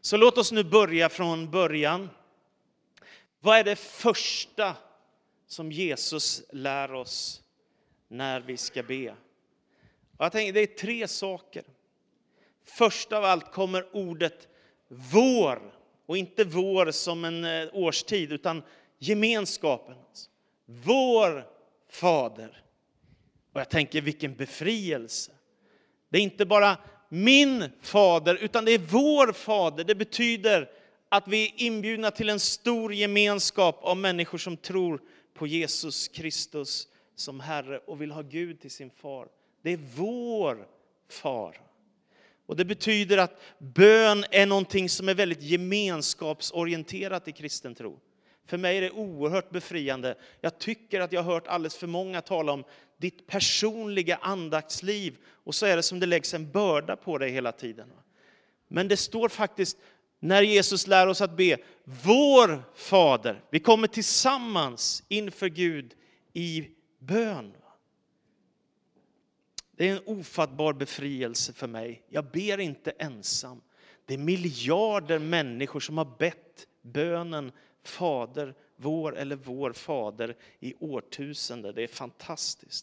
Så låt oss nu börja från början. Vad är det första som Jesus lär oss när vi ska be? Jag tänker det är 3 saker. Först av allt kommer ordet vår. Och inte vår som en årstid utan gemenskapen. Vår Fader. Och jag tänker vilken befrielse. Det är inte bara min fader utan det är vår Fader. Det betyder att vi är inbjudna till en stor gemenskap av människor som tror på Jesus Kristus som Herre och vill ha Gud till sin far. Det är vår far. Och det betyder att bön är någonting som är väldigt gemenskapsorienterat i kristen tro. För mig är det oerhört befriande. Jag tycker att jag har hört alldeles för många tala om ditt personliga andaktsliv. Och så är det som det läggs en börda på dig hela tiden. Men det står faktiskt när Jesus lär oss att be, vår Fader. Vi kommer tillsammans inför Gud i bön. Det är en ofattbar befrielse för mig. Jag ber inte ensam. Det är miljarder människor som har bett bönen Fader vår eller vår Fader i årtusenden. Det är fantastiskt.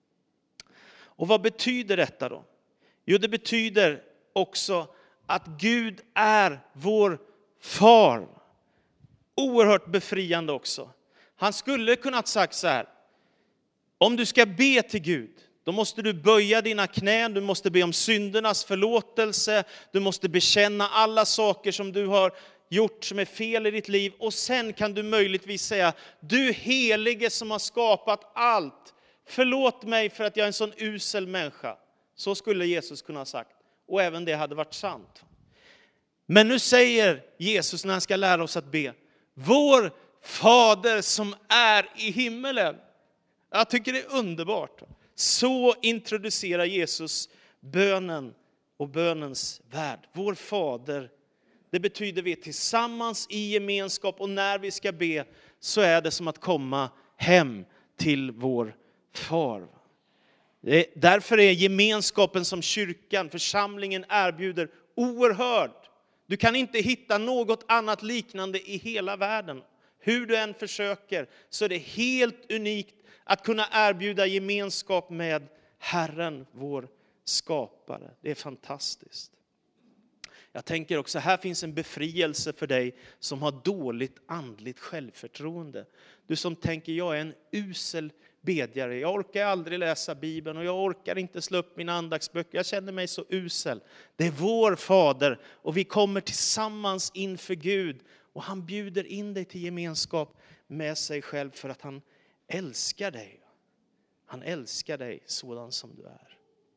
Och vad betyder detta då? Jo, det betyder också att Gud är vår far. Oerhört befriande också. Han skulle kunnat sagt så här. Om du ska be till Gud, då måste du böja dina knän, du måste be om syndernas förlåtelse, du måste bekänna alla saker som du har gjort som är fel i ditt liv. Och sen kan du möjligtvis säga, du helige som har skapat allt, förlåt mig för att jag är en sån usel människa. Så skulle Jesus kunna ha sagt. Och även det hade varit sant. Men nu säger Jesus när han ska lära oss att be, vår Fader som är i himmelen. Jag tycker det är underbart. Så introducerar Jesus bönen och bönens värld. Vår Fader, det betyder vi tillsammans i gemenskap. Och när vi ska be så är det som att komma hem till vår far. Därför är gemenskapen som kyrkan, församlingen erbjuder oerhörd. Du kan inte hitta något annat liknande i hela världen. Hur du än försöker så är det helt unikt att kunna erbjuda gemenskap med Herren, vår skapare. Det är fantastiskt. Jag tänker också, här finns en befrielse för dig som har dåligt andligt självförtroende. Du som tänker, jag är en usel bedjare. Jag orkar aldrig läsa Bibeln och jag orkar inte slå upp mina andaktsböcker. Jag känner mig så usel. Det är vår Fader och vi kommer tillsammans inför Gud. Och han bjuder in dig till gemenskap med sig själv för att han älskar dig. Han älskar dig sådan som du är.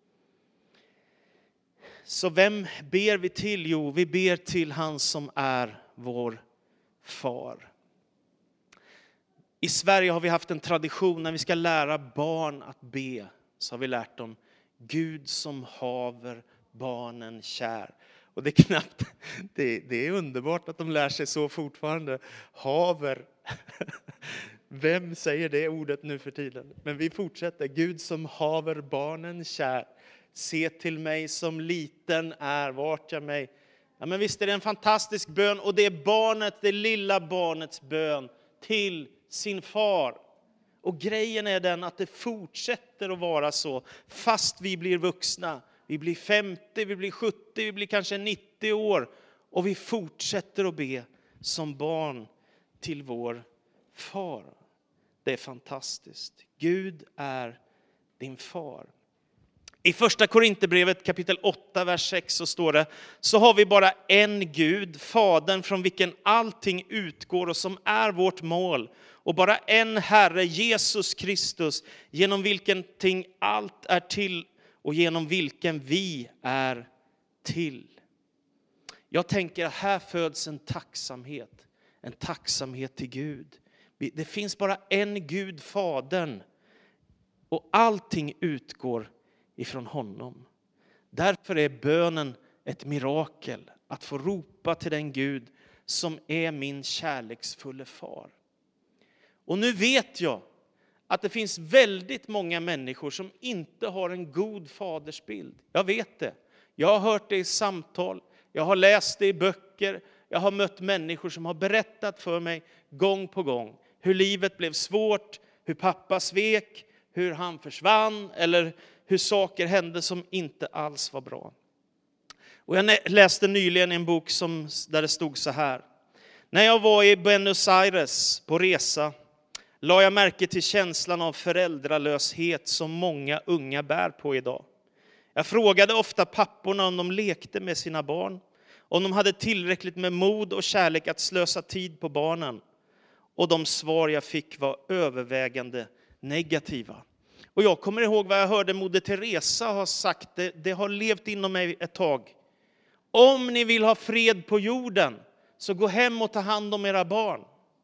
Så vem ber vi till? Jo, vi ber till han som är vår far. I Sverige har vi haft en tradition när vi ska lära barn att be. Så har vi lärt dem Gud som haver barnen kär. Och det är knappt, det är underbart att de lär sig så fortfarande. Haver. Vem säger det ordet nu för tiden? Men vi fortsätter. Gud som haver barnen kär. Se till mig som liten är, vart jag mig. Ja, men visst är det en fantastisk bön. Och det är barnet, det lilla barnets bön till sin far. Och grejen är den att det fortsätter att vara så. Fast vi blir vuxna. Vi blir 50, vi blir 70, vi blir kanske 90 år. Och vi fortsätter att be som barn till vår far. Det är fantastiskt. Gud är din far. I första Korinthierbrevet kapitel 8, vers 6 så står det, så har vi bara en Gud, Fadern från vilken allting utgår och som är vårt mål. Och bara en Herre, Jesus Kristus, genom vilken ting allt är till och genom vilken vi är till. Jag tänker att här föds en tacksamhet till Gud. Det finns bara en Gud, Fadern, och allting utgår ifrån honom. Därför är bönen ett mirakel, att få ropa till den Gud som är min kärleksfulla far. Och nu vet jag att det finns väldigt många människor som inte har en god fadersbild. Jag vet det. Jag har hört det i samtal. Jag har läst det i böcker. böcker. Jag har mött människor som har berättat för mig gång på gång hur livet blev svårt, hur pappa svek, hur han försvann eller hur saker hände som inte alls var bra. Och jag läste nyligen en bok där det stod så här. När jag var i Buenos Aires på resa la jag märke till känslan av föräldralöshet som många unga bär på idag. Jag frågade ofta papporna om de lekte med sina barn, om de hade tillräckligt med mod och kärlek att slösa tid på barnen. Och de svar jag fick var övervägande negativa. Och jag kommer ihåg vad jag hörde Moder Teresa ha sagt, det har levt inom mig ett tag. Om ni vill ha fred på jorden, så gå hem och ta hand om era barn.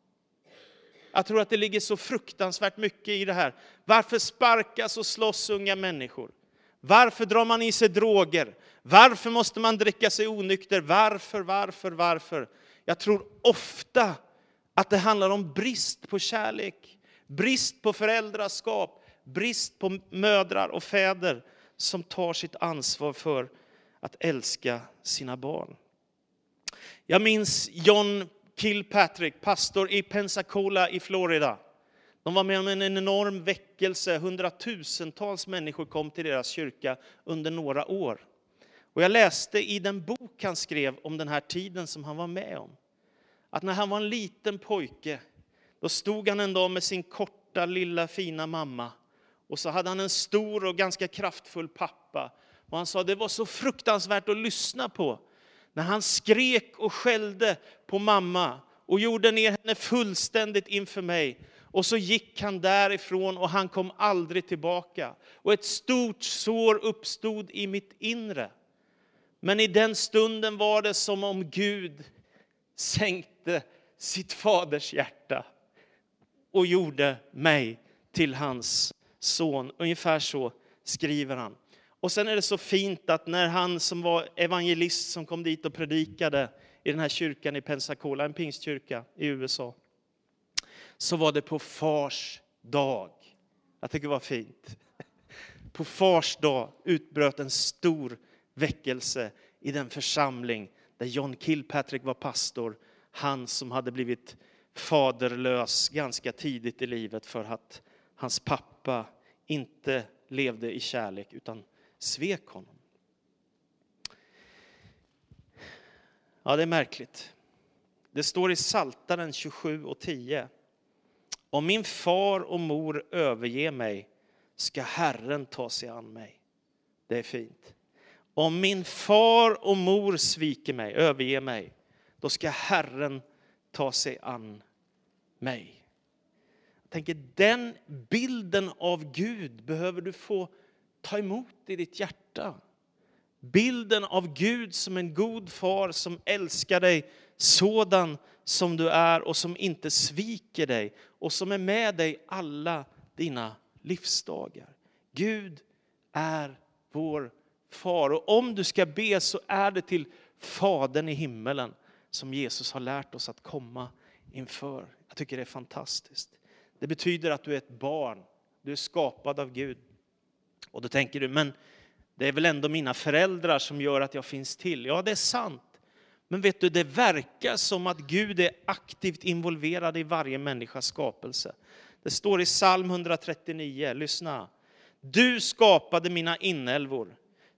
Jag tror att det ligger så fruktansvärt mycket i det här. Varför sparkas och slåss unga människor? Varför drar man i sig droger? Varför måste man dricka sig onykter? Varför? Jag tror ofta att det handlar om brist på kärlek. Brist på föräldraskap. Brist på mödrar och fäder som tar sitt ansvar för att älska sina barn. Jag minns John Kilpatrick, pastor i Pensacola i Florida. De var med om en enorm väckelse. 100,000-tals människor kom till deras kyrka under några år. Och jag läste i den bok han skrev om den här tiden som han var med om. Att när han var en liten pojke, då stod han en dag med sin korta, lilla, fina mamma. Och så hade han en stor och ganska kraftfull pappa. Och han sa, det var så fruktansvärt att lyssna på. När han skrek och skällde på mamma och gjorde ner henne fullständigt inför mig. Och så gick han därifrån och han kom aldrig tillbaka. Och ett stort sår uppstod i mitt inre. Men i den stunden var det som om Gud sänkte sitt faders hjärta och gjorde mig till hans son. Ungefär så skriver han. Och sen är det så fint att när han som var evangelist som kom dit och predikade i den här kyrkan i Pensacola, en pingstkyrka i USA, så var det på fars dag. Jag tycker det var fint. På fars dag utbröt en stor väckelse i den församling där John Kilpatrick var pastor. Han som hade blivit faderlös ganska tidigt i livet för att hans pappa inte levde i kärlek utan svek honom. Ja, det är märkligt. Det står i Psaltaren 27:10. Om min far och mor överger mig ska Herren ta sig an mig. Det är fint. Om min far och mor sviker mig, överger mig, då ska Herren ta sig an mig. Jag tänker, den bilden av Gud behöver du få ta emot i ditt hjärta. Bilden av Gud som en god far som älskar dig sådan som du är och som inte sviker dig och som är med dig alla dina livsdagar. Gud är vår far, och om du ska be så är det till Fadern i himmelen som Jesus har lärt oss att komma inför. Jag tycker det är fantastiskt. Det betyder att du är ett barn, du är skapad av Gud. Och då tänker du, men det är väl ändå mina föräldrar som gör att jag finns till. Ja, det är sant. Men vet du, det verkar som att Gud är aktivt involverad i varje människas skapelse. Det står i Psalm 139, lyssna. Du skapade mina inälvor.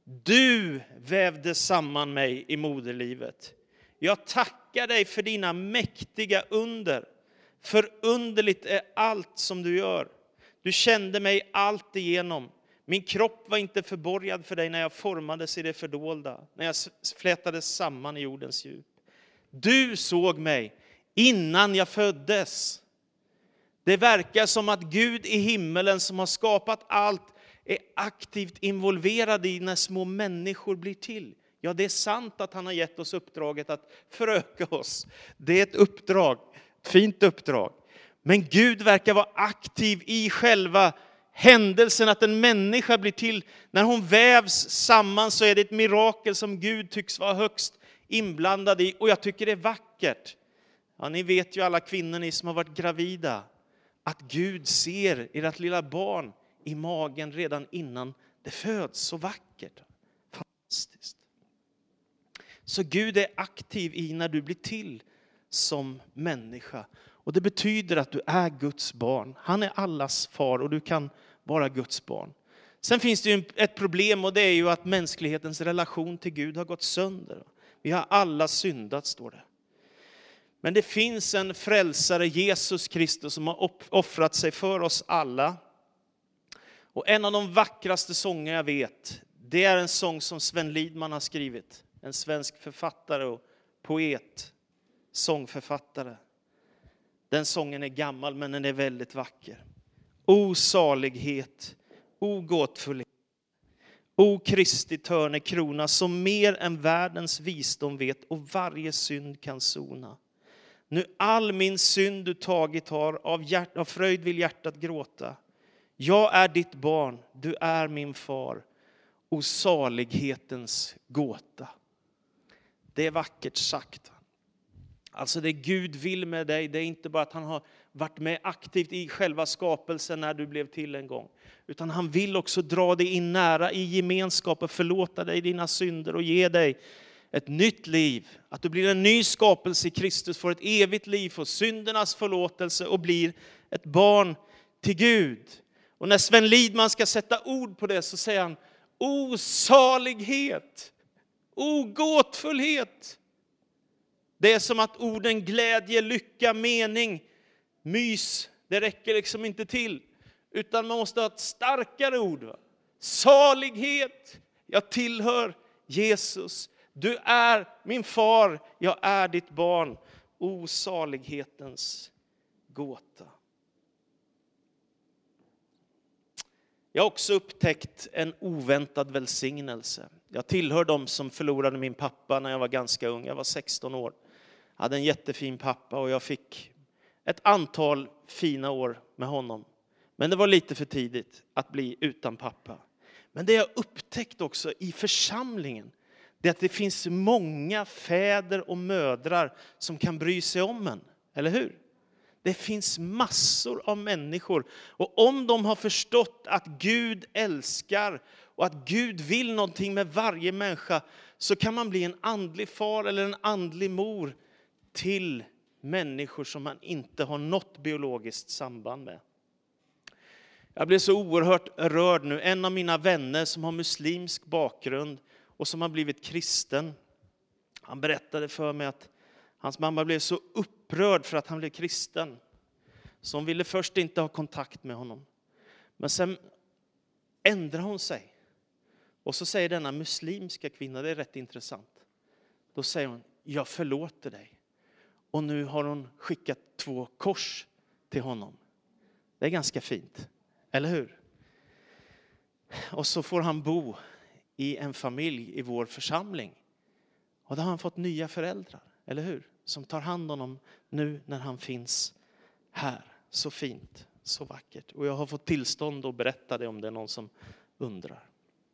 Du vävde samman mig i moderlivet. Jag tackar dig för dina mäktiga under. För underligt är allt som du gör. Du kände mig allt igenom. Min kropp var inte förborgad för dig när jag formades i det fördolda. När jag flätades samman i jordens djup. Du såg mig innan jag föddes. Det verkar som att Gud i himmelen som har skapat allt är aktivt involverad i när små människor blir till. Ja, det är sant att han har gett oss uppdraget att föröka oss. Det är ett uppdrag, fint uppdrag. Men Gud verkar vara aktiv i själva händelsen att en människa blir till. När hon vävs samman så är det ett mirakel som Gud tycks vara högst inblandad i. Och jag tycker det är vackert. Ja, ni vet ju alla kvinnor, ni som har varit gravida, att Gud ser ert lilla barn i magen redan innan det föds. Så vackert. Fantastiskt. Så Gud är aktiv i när du blir till som människa. Och det betyder att du är Guds barn. Han är allas far och du kan vara Guds barn. Sen finns det ju ett problem, och det är ju att mänsklighetens relation till Gud har gått sönder. Vi har alla syndat, står det. Men det finns en frälsare, Jesus Kristus, som har offrat sig för oss alla. Och en av de vackraste sånger jag vet, det är en sång som Sven Lidman har skrivit. En svensk författare och poet, sångförfattare. Den sången är gammal, men den är väldigt vacker. O salighet, o gåtfullhet, o Kristi törne krona, som mer än världens visdom vet och varje synd kan sona. Nu all min synd du tagit har, av fröjd vill hjärtat gråta. Jag är ditt barn, du är min far, o salighetens gåta. Det är vackert sagt. Alltså det Gud vill med dig, det är inte bara att han har varit med aktivt i själva skapelsen när du blev till en gång. Utan han vill också dra dig in nära i gemenskap och förlåta dig dina synder och ge dig ett nytt liv. Att du blir en ny skapelse i Kristus, får ett evigt liv, får syndernas förlåtelse och blir ett barn till Gud. Och när Sven Lidman ska sätta ord på det så säger han: o salighet, o gåtfullhet. Det är som att orden glädje, lycka, mening, mys, det räcker liksom inte till. Utan man måste ha ett starkare ord. Salighet, jag tillhör Jesus. Du är min far, jag är ditt barn. O salighetens gåta. Jag har också upptäckt en oväntad välsignelse. Jag tillhör dem som förlorade min pappa när jag var ganska ung. Jag var 16 år. Jag hade en jättefin pappa och jag fick ett antal fina år med honom. Men det var lite för tidigt att bli utan pappa. Men det jag upptäckt också i församlingen, det är att det finns många fäder och mödrar som kan bry sig om en. Eller hur? Det finns massor av människor. Och om de har förstått att Gud älskar och att Gud vill någonting med varje människa, så kan man bli en andlig far eller en andlig mor till människor som man inte har något biologiskt samband med. Jag blev så oerhört rörd nu. En av mina vänner som har muslimsk bakgrund och som har blivit kristen, han berättade för mig att hans mamma blev så upprörd för att han blev kristen. Så hon ville först inte ha kontakt med honom. Men sen ändrade hon sig. Och så säger denna muslimska kvinna, det är rätt intressant. Då säger hon: jag förlåter dig. Och nu har hon skickat 2 kors till honom. Det är ganska fint, eller hur? Och så får han bo i en familj i vår församling. Och då har han fått nya föräldrar, eller hur? Som tar hand om honom nu när han finns här. Så fint, så vackert. Och jag har fått tillstånd att berätta det om det är någon som undrar.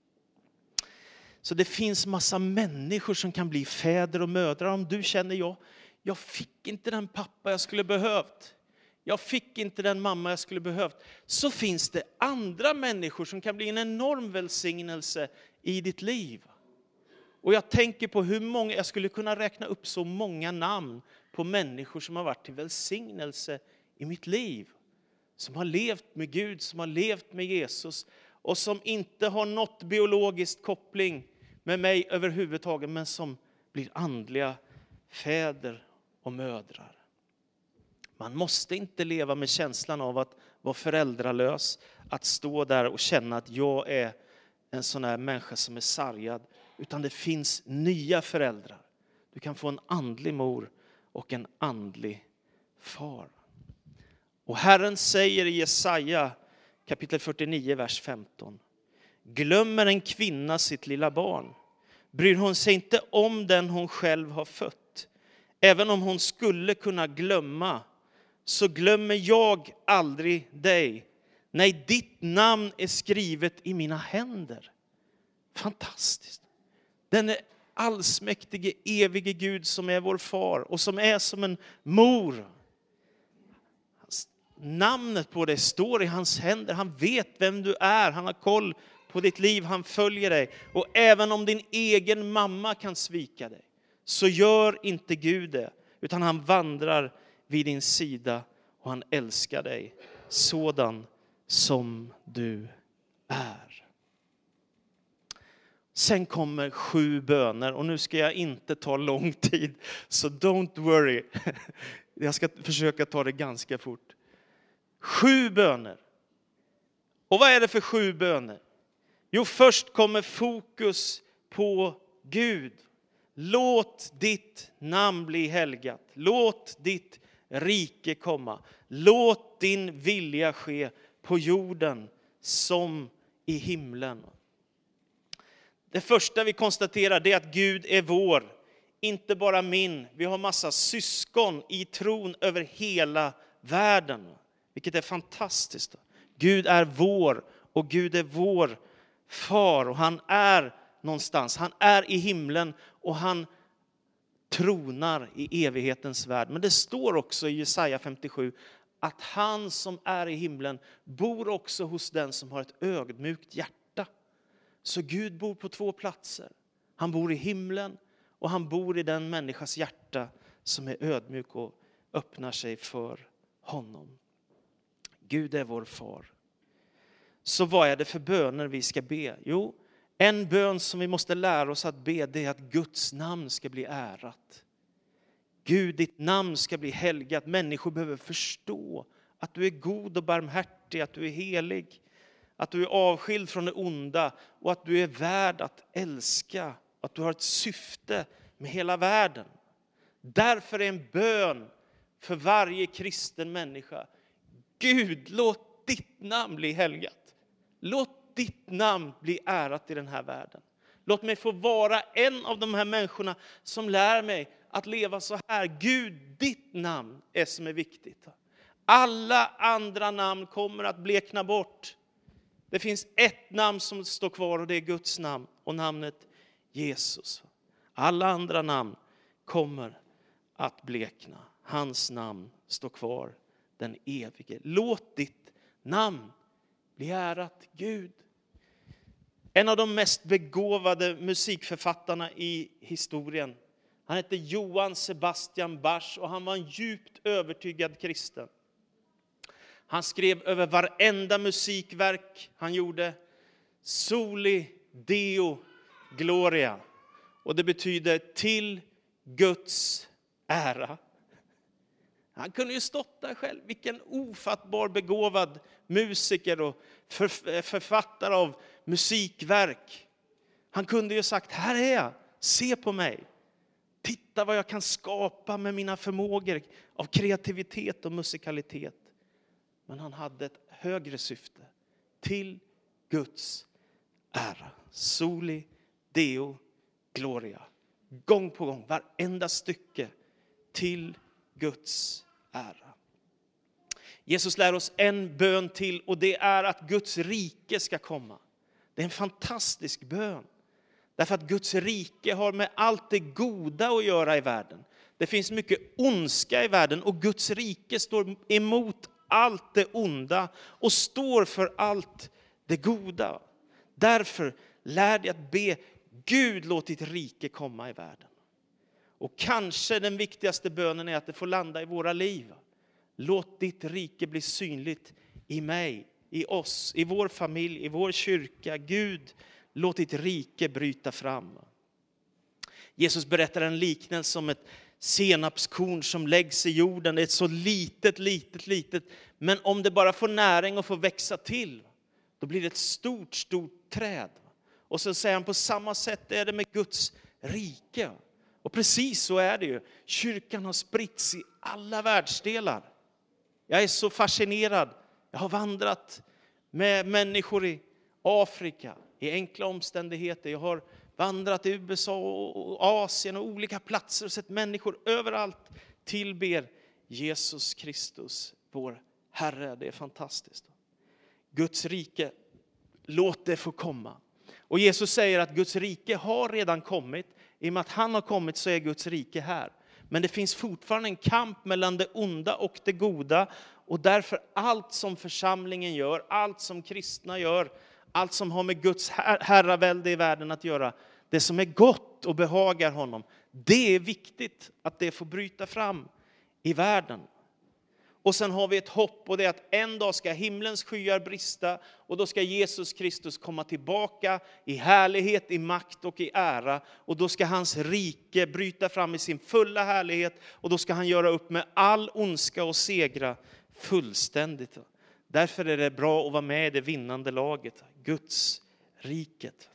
Så det finns massa människor som kan bli fäder och mödrar. Om du känner, jag fick inte den pappa jag skulle behövt. Jag fick inte den mamma jag skulle behövt. Så finns det andra människor som kan bli en enorm välsignelse i ditt liv. Och jag tänker på hur många, jag skulle kunna räkna upp så många namn på människor som har varit till välsignelse i mitt liv. Som har levt med Gud, som har levt med Jesus. Och som inte har något biologiskt koppling med mig överhuvudtaget. Men som blir andliga fäder och mödrar. Man måste inte leva med känslan av att vara föräldralös. Att stå där och känna att jag är en sån här människa som är sargad. Utan det finns nya föräldrar. Du kan få en andlig mor och en andlig far. Och Herren säger i Jesaja kapitel 49, vers 15. Glömmer en kvinna sitt lilla barn? Bryr hon sig inte om den hon själv har fött? Även om hon skulle kunna glömma, så glömmer jag aldrig dig. Nej, ditt namn är skrivet i mina händer. Fantastiskt. Den är allsmäktige, evige Gud som är vår far och som är som en mor. Namnet på dig står i hans händer. Han vet vem du är. Han har koll på ditt liv. Han följer dig. Och även om din egen mamma kan svika dig, så gör inte Gud det, utan han vandrar vid din sida och han älskar dig sådan som du är. Sen kommer 7 böner och nu ska jag inte ta lång tid, så don't worry. Jag ska försöka ta det ganska fort. 7 böner. Och vad är det för 7 böner? Jo, först kommer fokus på Gud. Låt ditt namn bli helgat. Låt ditt rike komma. Låt din vilja ske på jorden som i himlen. Det första vi konstaterar är att Gud är vår, inte bara min. Vi har massa syskon i tron över hela världen, vilket är fantastiskt. Gud är vår och Gud är vår far och han är någonstans. Han är i himlen och han tronar i evighetens värld. Men det står också i Jesaja 57 att han som är i himlen bor också hos den som har ett ödmjukt hjärta. Så Gud bor på 2 platser. Han bor i himlen och han bor i den människas hjärta som är ödmjuk och öppnar sig för honom. Gud är vår far. Så vad är det för böner vi ska be? Jo, en bön som vi måste lära oss att be, det är att Guds namn ska bli ärat. Gud, ditt namn ska bli helgat. Människor behöver förstå att du är god och barmhärtig, att du är helig. Att du är avskild från det onda och att du är värd att älska. Att du har ett syfte med hela världen. Därför är en bön för varje kristen människa: Gud, låt ditt namn bli helgat. Låt ditt namn bli ärat i den här världen. Låt mig få vara en av de här människorna som lär mig att leva så här. Gud, ditt namn är som är viktigt. Alla andra namn kommer att blekna bort. Det finns ett namn som står kvar och det är Guds namn och namnet Jesus. Alla andra namn kommer att blekna. Hans namn står kvar, den evige. Låt ditt namn bli ärat, Gud. En av de mest begåvade musikförfattarna i historien, han hette Johann Sebastian Bach och han var en djupt övertygad kristen. Han skrev över varenda musikverk han gjorde Soli Deo Gloria. Och det betyder till Guds ära. Han kunde ju stått där själv. Vilken ofattbar begåvad musiker och författare av musikverk. Han kunde ju sagt: här är jag, se på mig. Titta vad jag kan skapa med mina förmågor av kreativitet och musikalitet. Men han hade ett högre syfte. Till Guds ära. Soli Deo Gloria. Gång på gång, varenda stycke. Till Guds ära. Jesus lär oss en bön till och det är att Guds rike ska komma. Det är en fantastisk bön. Därför att Guds rike har med allt det goda att göra i världen. Det finns mycket ondska i världen och Guds rike står emot allt det onda och står för allt det goda. Därför lär dig att be: Gud, låt ditt rike komma i världen. Och kanske den viktigaste bönen är att det får landa i våra liv. Låt ditt rike bli synligt i mig, i oss, i vår familj, i vår kyrka. Gud, låt ditt rike bryta fram. Jesus berättar en liknelse om ett senapskorn som läggs i jorden. Det är ett så litet. Men om det bara får näring och får växa till, då blir det ett stort träd. Och så säger han, på samma sätt är det med Guds rike. Och precis så är det ju. Kyrkan har spritts i alla världsdelar. Jag är så fascinerad. Jag har vandrat med människor i Afrika i enkla omständigheter. Jag har vandrat i USA och Asien och olika platser och sett människor överallt tillber Jesus Kristus, vår Herre. Det är fantastiskt. Guds rike, låt det få komma. Och Jesus säger att Guds rike har redan kommit. I och med att han har kommit så är Guds rike här. Men det finns fortfarande en kamp mellan det onda och det goda. Och därför allt som församlingen gör, allt som kristna gör, allt som har med Guds herravälde i världen att göra, det som är gott och behagar honom, Det är viktigt att det får bryta fram i världen. Och sen har vi ett hopp, och det är att en dag ska himlens skyar brista och då ska Jesus Kristus komma tillbaka i härlighet, i makt och i ära. Och då ska hans rike bryta fram i sin fulla härlighet och då ska han göra upp med all ondska och segra fullständigt. Därför är det bra att vara med i det vinnande laget, Guds riket.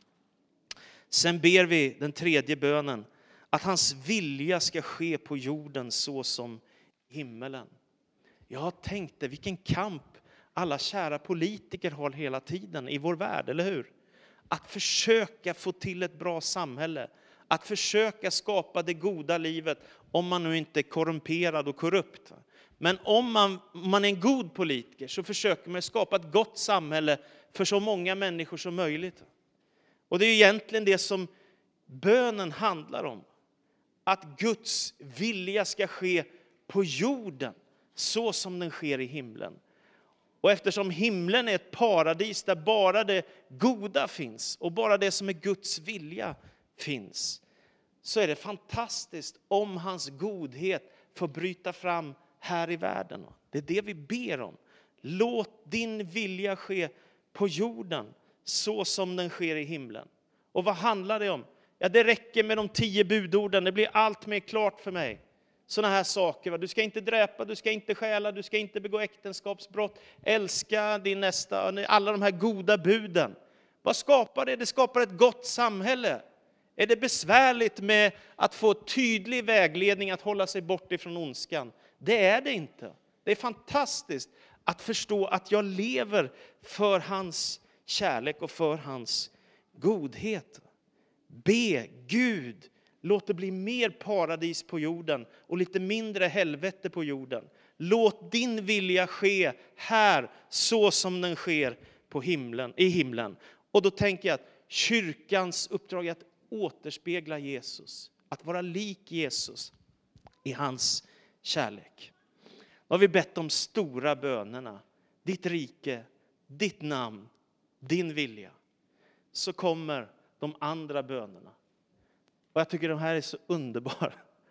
Sen ber vi den tredje bönen, att hans vilja ska ske på jorden så som i himmelen. Jag har tänkt det, vilken kamp alla kära politiker har hela tiden i vår värld, eller hur? Att försöka få till ett bra samhälle. Att försöka skapa det goda livet, om man nu inte är korrumperad och korrupt. Men om man är en god politiker så försöker man skapa ett gott samhälle för så många människor som möjligt. Och det är egentligen det som bönen handlar om. Att Guds vilja ska ske på jorden så som den sker i himlen. Och eftersom himlen är ett paradis där bara det goda finns och bara det som är Guds vilja finns, så är det fantastiskt om hans godhet får bryta fram här i världen. Det är det vi ber om. Låt din vilja ske på jorden så som den sker i himlen. Och vad handlar det om? Ja, det räcker med de 10 budorden. Det blir allt mer klart för mig. Sådana här saker. Du ska inte dräpa, du ska inte stjäla, du ska inte begå äktenskapsbrott. Älska din nästa, alla de här goda buden. Vad skapar det? Det skapar ett gott samhälle. Är det besvärligt med att få tydlig vägledning att hålla sig bort ifrån ondskan? Det är det inte. Det är fantastiskt att förstå att jag lever för hans kärlek och för hans godhet. Be Gud, låt det bli mer paradis på jorden och lite mindre helvete på jorden. Låt din vilja ske här så som den sker på i himlen. Och då tänker jag att kyrkans uppdrag är att återspegla Jesus. Att vara lik Jesus i hans kärlek. Då har vi bett om stora bönerna. Ditt rike, ditt namn, din vilja. Så kommer de andra bönerna. Och jag tycker de här är så underbara.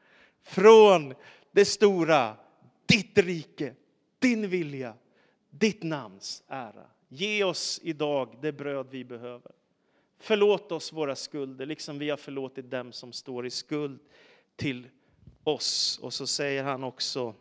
Från det stora, ditt rike, din vilja, ditt namns ära. Ge oss idag det bröd vi behöver. Förlåt oss våra skulder, liksom vi har förlåtit dem som står i skuld till oss. Och så säger han också,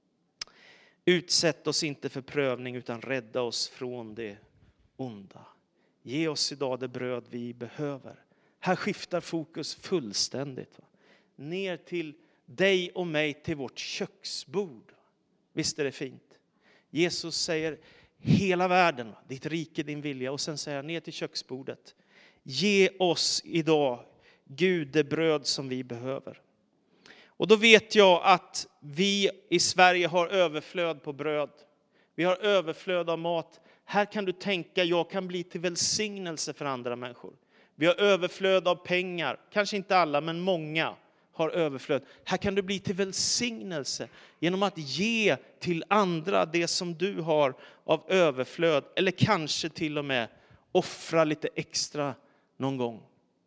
utsätt oss inte för prövning utan rädda oss från det onda. Ge oss idag det bröd vi behöver. Här skiftar fokus fullständigt. Ner till dig och mig, till vårt köksbord. Visst är det fint? Jesus säger hela världen, ditt rike, din vilja. Och sen säger han ner till köksbordet. Ge oss idag, Gud, det bröd som vi behöver. Och då vet jag att vi i Sverige har överflöd på bröd. Vi har överflöd av mat. Här kan du tänka, jag kan bli till välsignelse för andra människor. Vi har överflöd av pengar. Kanske inte alla, men många har överflöd. Här kan du bli till välsignelse genom att ge till andra det som du har av överflöd. Eller kanske till och med offra lite extra någon gång.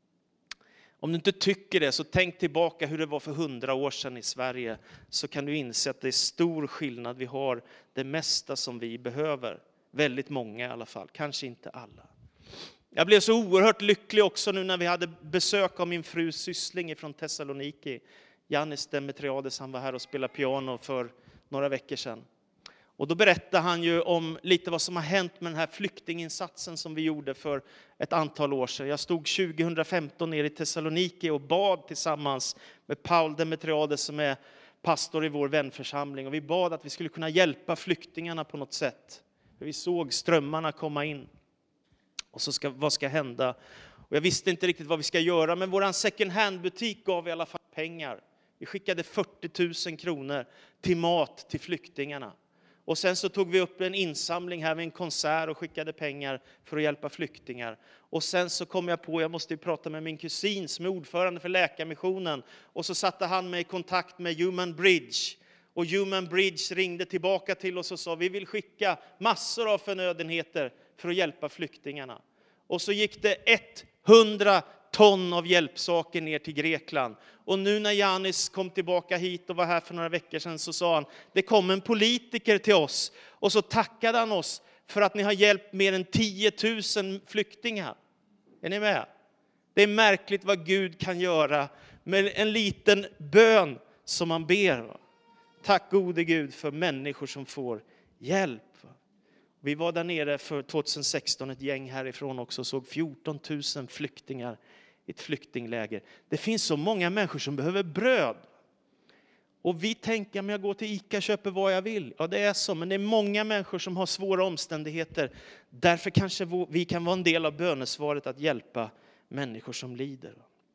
Om du inte tycker det, så tänk tillbaka hur det var för 100 år sedan i Sverige. Så kan du inse att det är stor skillnad. Vi har det mesta som vi behöver. Väldigt många i alla fall, kanske inte alla. Jag blev så oerhört lycklig också nu när vi hade besök av min fru syssling från Thessaloniki. Jannis Demetriades, han var här och spelade piano för några veckor sedan. Och då berättade han ju om lite vad som har hänt med den här flyktinginsatsen som vi gjorde för ett antal år sedan. Jag stod 2015 nere i Thessaloniki och bad tillsammans med Paul Demetriades som är pastor i vår vänförsamling. Och vi bad att vi skulle kunna hjälpa flyktingarna på något sätt. För vi såg strömmarna komma in. Och så vad ska hända? Och jag visste inte riktigt vad vi ska göra, men våran second hand-butik gav i alla fall pengar. Vi skickade 40 000 kronor till mat till flyktingarna. Och sen så tog vi upp en insamling här med en konsert och skickade pengar för att hjälpa flyktingar. Och sen så kom jag på, jag måste ju prata med min kusin som är ordförande för Läkarmissionen. Och så satte han mig i kontakt med Human Bridge. Och Human Bridge ringde tillbaka till oss och sa, vi vill skicka massor av förnödenheter för att hjälpa flyktingarna. Och så gick det 100 ton av hjälpsaker ner till Grekland. Och nu när Janis kom tillbaka hit och var här för några veckor sedan, så sa han, det kom en politiker till oss och så tackade han oss för att ni har hjälpt mer än 10 000 flyktingar. Är ni med? Det är märkligt vad Gud kan göra med en liten bön som man ber. Tack gode Gud för människor som får hjälp. Vi var där nere för 2016, ett gäng härifrån också, såg 14 000 flyktingar i ett flyktingläger. Det finns så många människor som behöver bröd. Och vi tänker, om jag går till Ica och köper vad jag vill. Ja, det är så, men det är många människor som har svåra omständigheter. Därför kanske vi kan vara en del av bönesvaret att hjälpa människor som lider.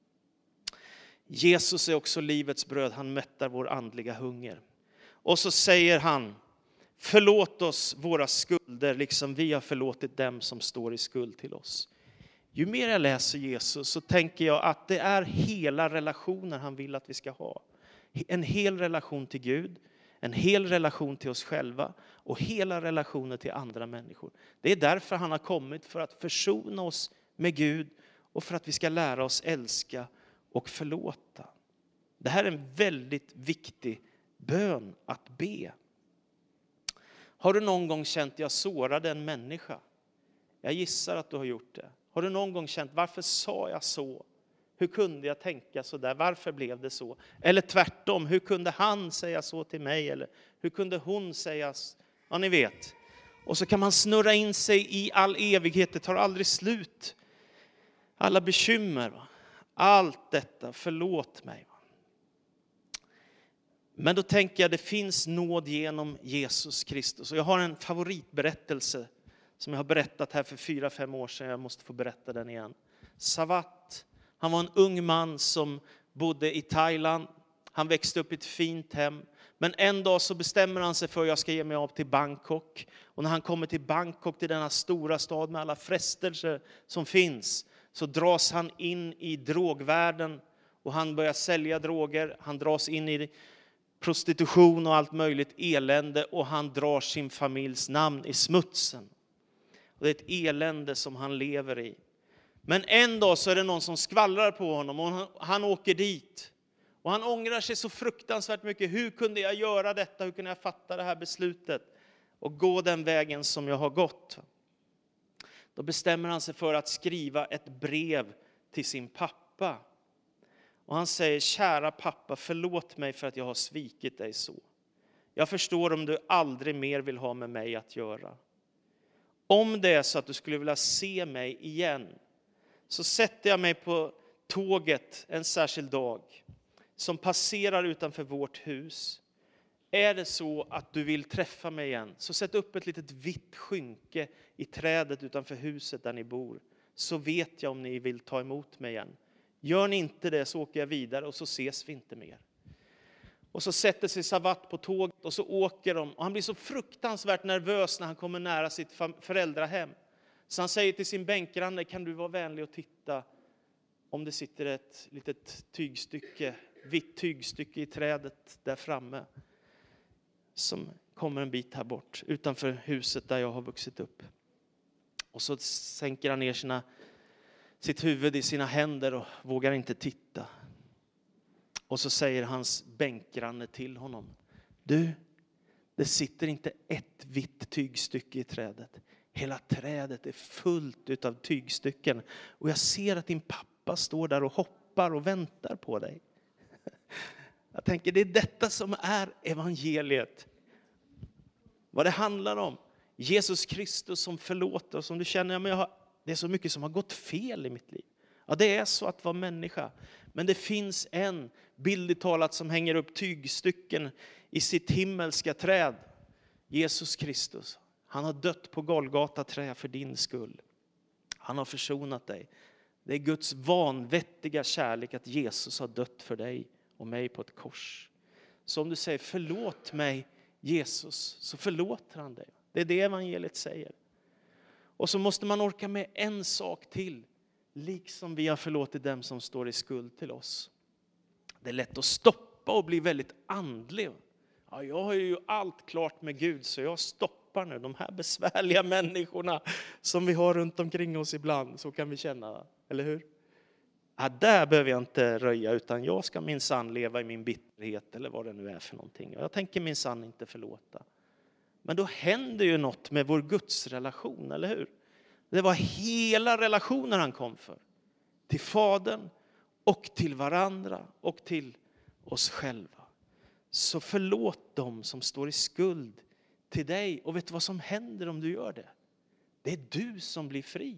Jesus är också livets bröd, han mättar vår andliga hunger. Och så säger han, förlåt oss våra skulder liksom vi har förlåtit dem som står i skuld till oss. Ju mer jag läser Jesus så tänker jag att det är hela relationen han vill att vi ska ha. En hel relation till Gud, en hel relation till oss själva och hela relationer till andra människor. Det är därför han har kommit, för att försona oss med Gud och för att vi ska lära oss älska och förlåta. Det här är en väldigt viktig bön att be. Har du någon gång känt att jag sårade en människa? Jag gissar att du har gjort det. Har du någon gång känt, varför sa jag så? Hur kunde jag tänka så där? Varför blev det så? Eller tvärtom, hur kunde han säga så till mig? Eller hur kunde hon säga så? Ja, ni vet. Och så kan man snurra in sig i all evighet. Det tar aldrig slut. Alla bekymmer. Va? Allt detta, förlåt mig. Va? Men då tänker jag, det finns nåd genom Jesus Kristus. Och jag har en favoritberättelse som jag har berättat här för 4-5 år sedan. Jag måste få berätta den igen. Savat, han var en ung man som bodde i Thailand. Han växte upp i ett fint hem. Men en dag så bestämmer han sig för att jag ska ge mig av till Bangkok. Och när han kommer till Bangkok, till denna stora stad med alla frestelser som finns, så dras han in i drogvärlden. Och han börjar sälja droger. Han dras in i prostitution och allt möjligt elände. Och han drar sin familjs namn i smutsen. Och det är ett elände som han lever i. Men en dag så är det någon som skvallrar på honom och han åker dit. Och han ångrar sig så fruktansvärt mycket. Hur kunde jag göra detta? Hur kunde jag fatta det här beslutet? Och gå den vägen som jag har gått. Då bestämmer han sig för att skriva ett brev till sin pappa. Och han säger, kära pappa, förlåt mig för att jag har svikit dig så. Jag förstår om du aldrig mer vill ha med mig att göra. Om det är så att du skulle vilja se mig igen, så sätter jag mig på tåget en särskild dag som passerar utanför vårt hus. Är det så att du vill träffa mig igen, så sätt upp ett litet vitt skynke i trädet utanför huset där ni bor. Så vet jag om ni vill ta emot mig igen. Gör ni inte det så åker jag vidare och så ses vi inte mer. Och så sätter sig Savat på tåget och så åker de. Och han blir så fruktansvärt nervös när han kommer nära sitt föräldrahem. Så han säger till sin bänkgranne, kan du vara vänlig och titta om det sitter ett litet tygstycke, vitt tygstycke i trädet där framme. Som kommer en bit här bort, utanför huset där jag har vuxit upp. Och så sänker han ner sitt huvud i sina händer och vågar inte titta. Och så säger hans bänkgranne till honom, du, det sitter inte ett vitt tygstycke i trädet. Hela trädet är fullt utav tygstycken. Och jag ser att din pappa står där och hoppar och väntar på dig. Jag tänker, det är detta som är evangeliet. Vad det handlar om. Jesus Kristus som förlåter oss. Om du känner att det är så mycket som har gått fel i mitt liv. Ja, det är så att vara människa. Men det finns en, bildligt talat, som hänger upp tygstycken i sitt himmelska träd. Jesus Kristus. Han har dött på Golgata trä för din skull. Han har försonat dig. Det är Guds vanvettiga kärlek att Jesus har dött för dig och mig på ett kors. Så om du säger förlåt mig Jesus, så förlåter han dig. Det är det evangeliet säger. Och så måste man orka med en sak till. Liksom vi har förlåtit dem som står i skuld till oss. Det är lätt att stoppa och bli väldigt andlig. Ja, jag har ju allt klart med Gud, så jag stoppar nu de här besvärliga människorna som vi har runt omkring oss ibland. Så kan vi känna, eller hur? där behöver jag inte röja, utan jag ska minsann leva i min bitterhet eller vad det nu är för någonting. Jag tänker minsann inte förlåta. Men då händer ju något med vår gudsrelation, eller hur? Det var hela relationen han kom för. Till Fadern och till varandra och till oss själva. Så förlåt dem som står i skuld till dig. Och vet du vad som händer om du gör det? Det är du som blir fri.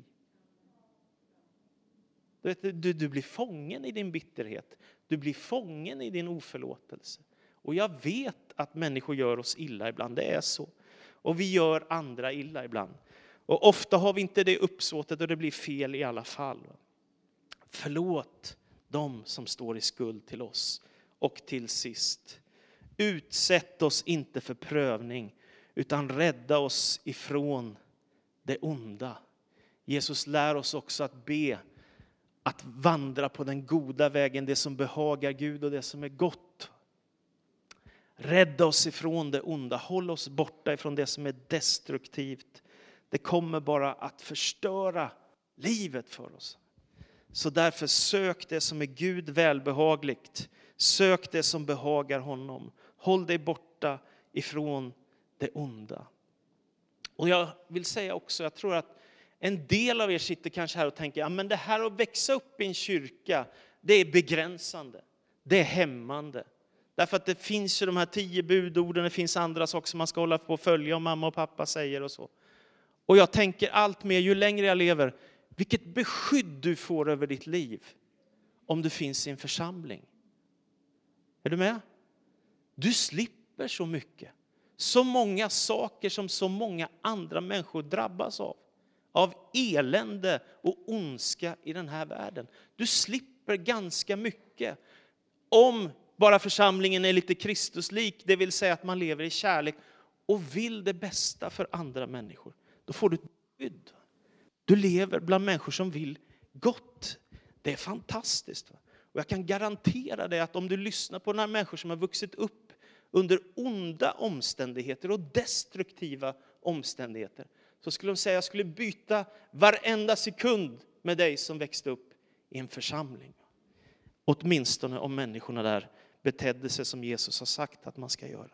Du blir fången i din bitterhet. Du blir fången i din oförlåtelse. Och jag vet att människor gör oss illa ibland. Det är så. Och vi gör andra illa ibland. Och ofta har vi inte det uppsåtet och det blir fel i alla fall. Förlåt dem som står i skuld till oss. Och till sist, utsätt oss inte för prövning utan rädda oss ifrån det onda. Jesus lär oss också att be, att vandra på den goda vägen, det som behagar Gud och det som är gott. Rädda oss ifrån det onda, håll oss borta ifrån det som är destruktivt. Det kommer bara att förstöra livet för oss. Så därför sök det som är Gud välbehagligt. Sök det som behagar honom. Håll dig borta ifrån det onda. Och jag vill säga också, jag tror att en del av er sitter kanske här och tänker, ja, men det här att växa upp i en kyrka, det är begränsande. Det är hämmande. Därför att det finns ju de här 10 budorden, det finns andra saker som man ska hålla på och följa om mamma och pappa säger och så. Och jag tänker allt mer, ju längre jag lever, vilket beskydd du får över ditt liv om du finns i en församling. Är du med? Du slipper så mycket. Så många saker som så många andra människor drabbas av. Av elände och ondska i den här världen. Du slipper ganska mycket. Om bara församlingen är lite Kristuslik, det vill säga att man lever i kärlek och vill det bästa för andra människor. Då får du ett skydd. Du lever bland människor som vill gott. Det är fantastiskt. Och jag kan garantera dig att om du lyssnar på några människor som har vuxit upp under onda omständigheter och destruktiva omständigheter, så skulle de säga, jag skulle byta varenda sekund med dig som växte upp i en församling. Åtminstone om människorna där betedde sig som Jesus har sagt att man ska göra.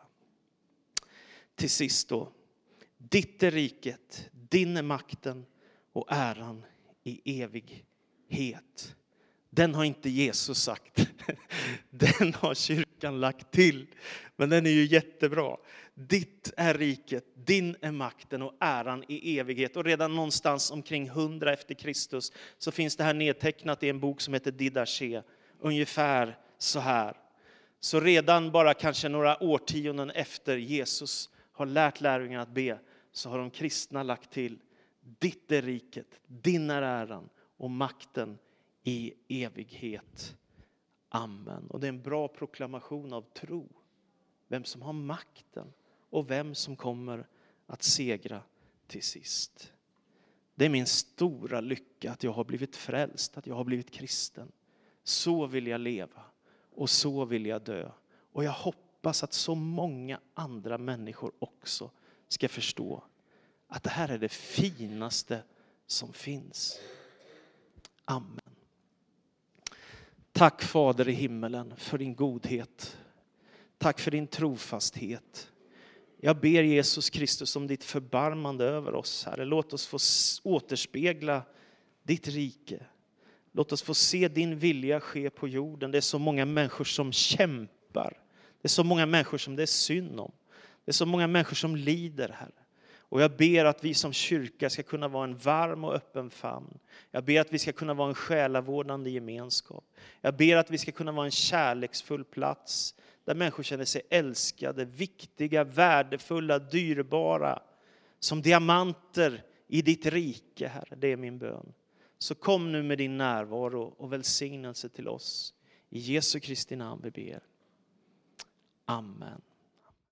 Till sist då, ditt är riket, din är makten och äran i evighet. Den har inte Jesus sagt. Den har kyrkan lagt till. Men den är ju jättebra. Ditt är riket, din är makten och äran i evighet. Och redan någonstans omkring 100 efter Kristus så finns det här nedtecknat i en bok som heter Didache. Ungefär så här. Så redan bara kanske några årtionden efter Jesus har lärt lärjungarna att be, så har de kristna lagt till: ditt är riket, din är äran och makten i evighet. Amen. Och det är en bra proklamation av tro. Vem som har makten och vem som kommer att segra till sist. Det är min stora lycka att jag har blivit frälst, att jag har blivit kristen. Så vill jag leva och så vill jag dö. Och jag hoppas att så många andra människor också ska förstå att det här är det finaste som finns. Amen. Tack Fader i himmelen för din godhet. Tack för din trofasthet. Jag ber Jesus Kristus om ditt förbarmande över oss, Herre. Låt oss få återspegla ditt rike. Låt oss få se din vilja ske på jorden. Det är så många människor som kämpar. Det är så många människor som det är synd om. Det är så många människor som lider, Herre. Och jag ber att vi som kyrka ska kunna vara en varm och öppen famn. Jag ber att vi ska kunna vara en själavårdande gemenskap. Jag ber att vi ska kunna vara en kärleksfull plats där människor känner sig älskade, viktiga, värdefulla, dyrbara. Som diamanter i ditt rike, Herre. Det är min bön. Så kom nu med din närvaro och välsignelse till oss. I Jesu Kristi namn vi ber. Amen.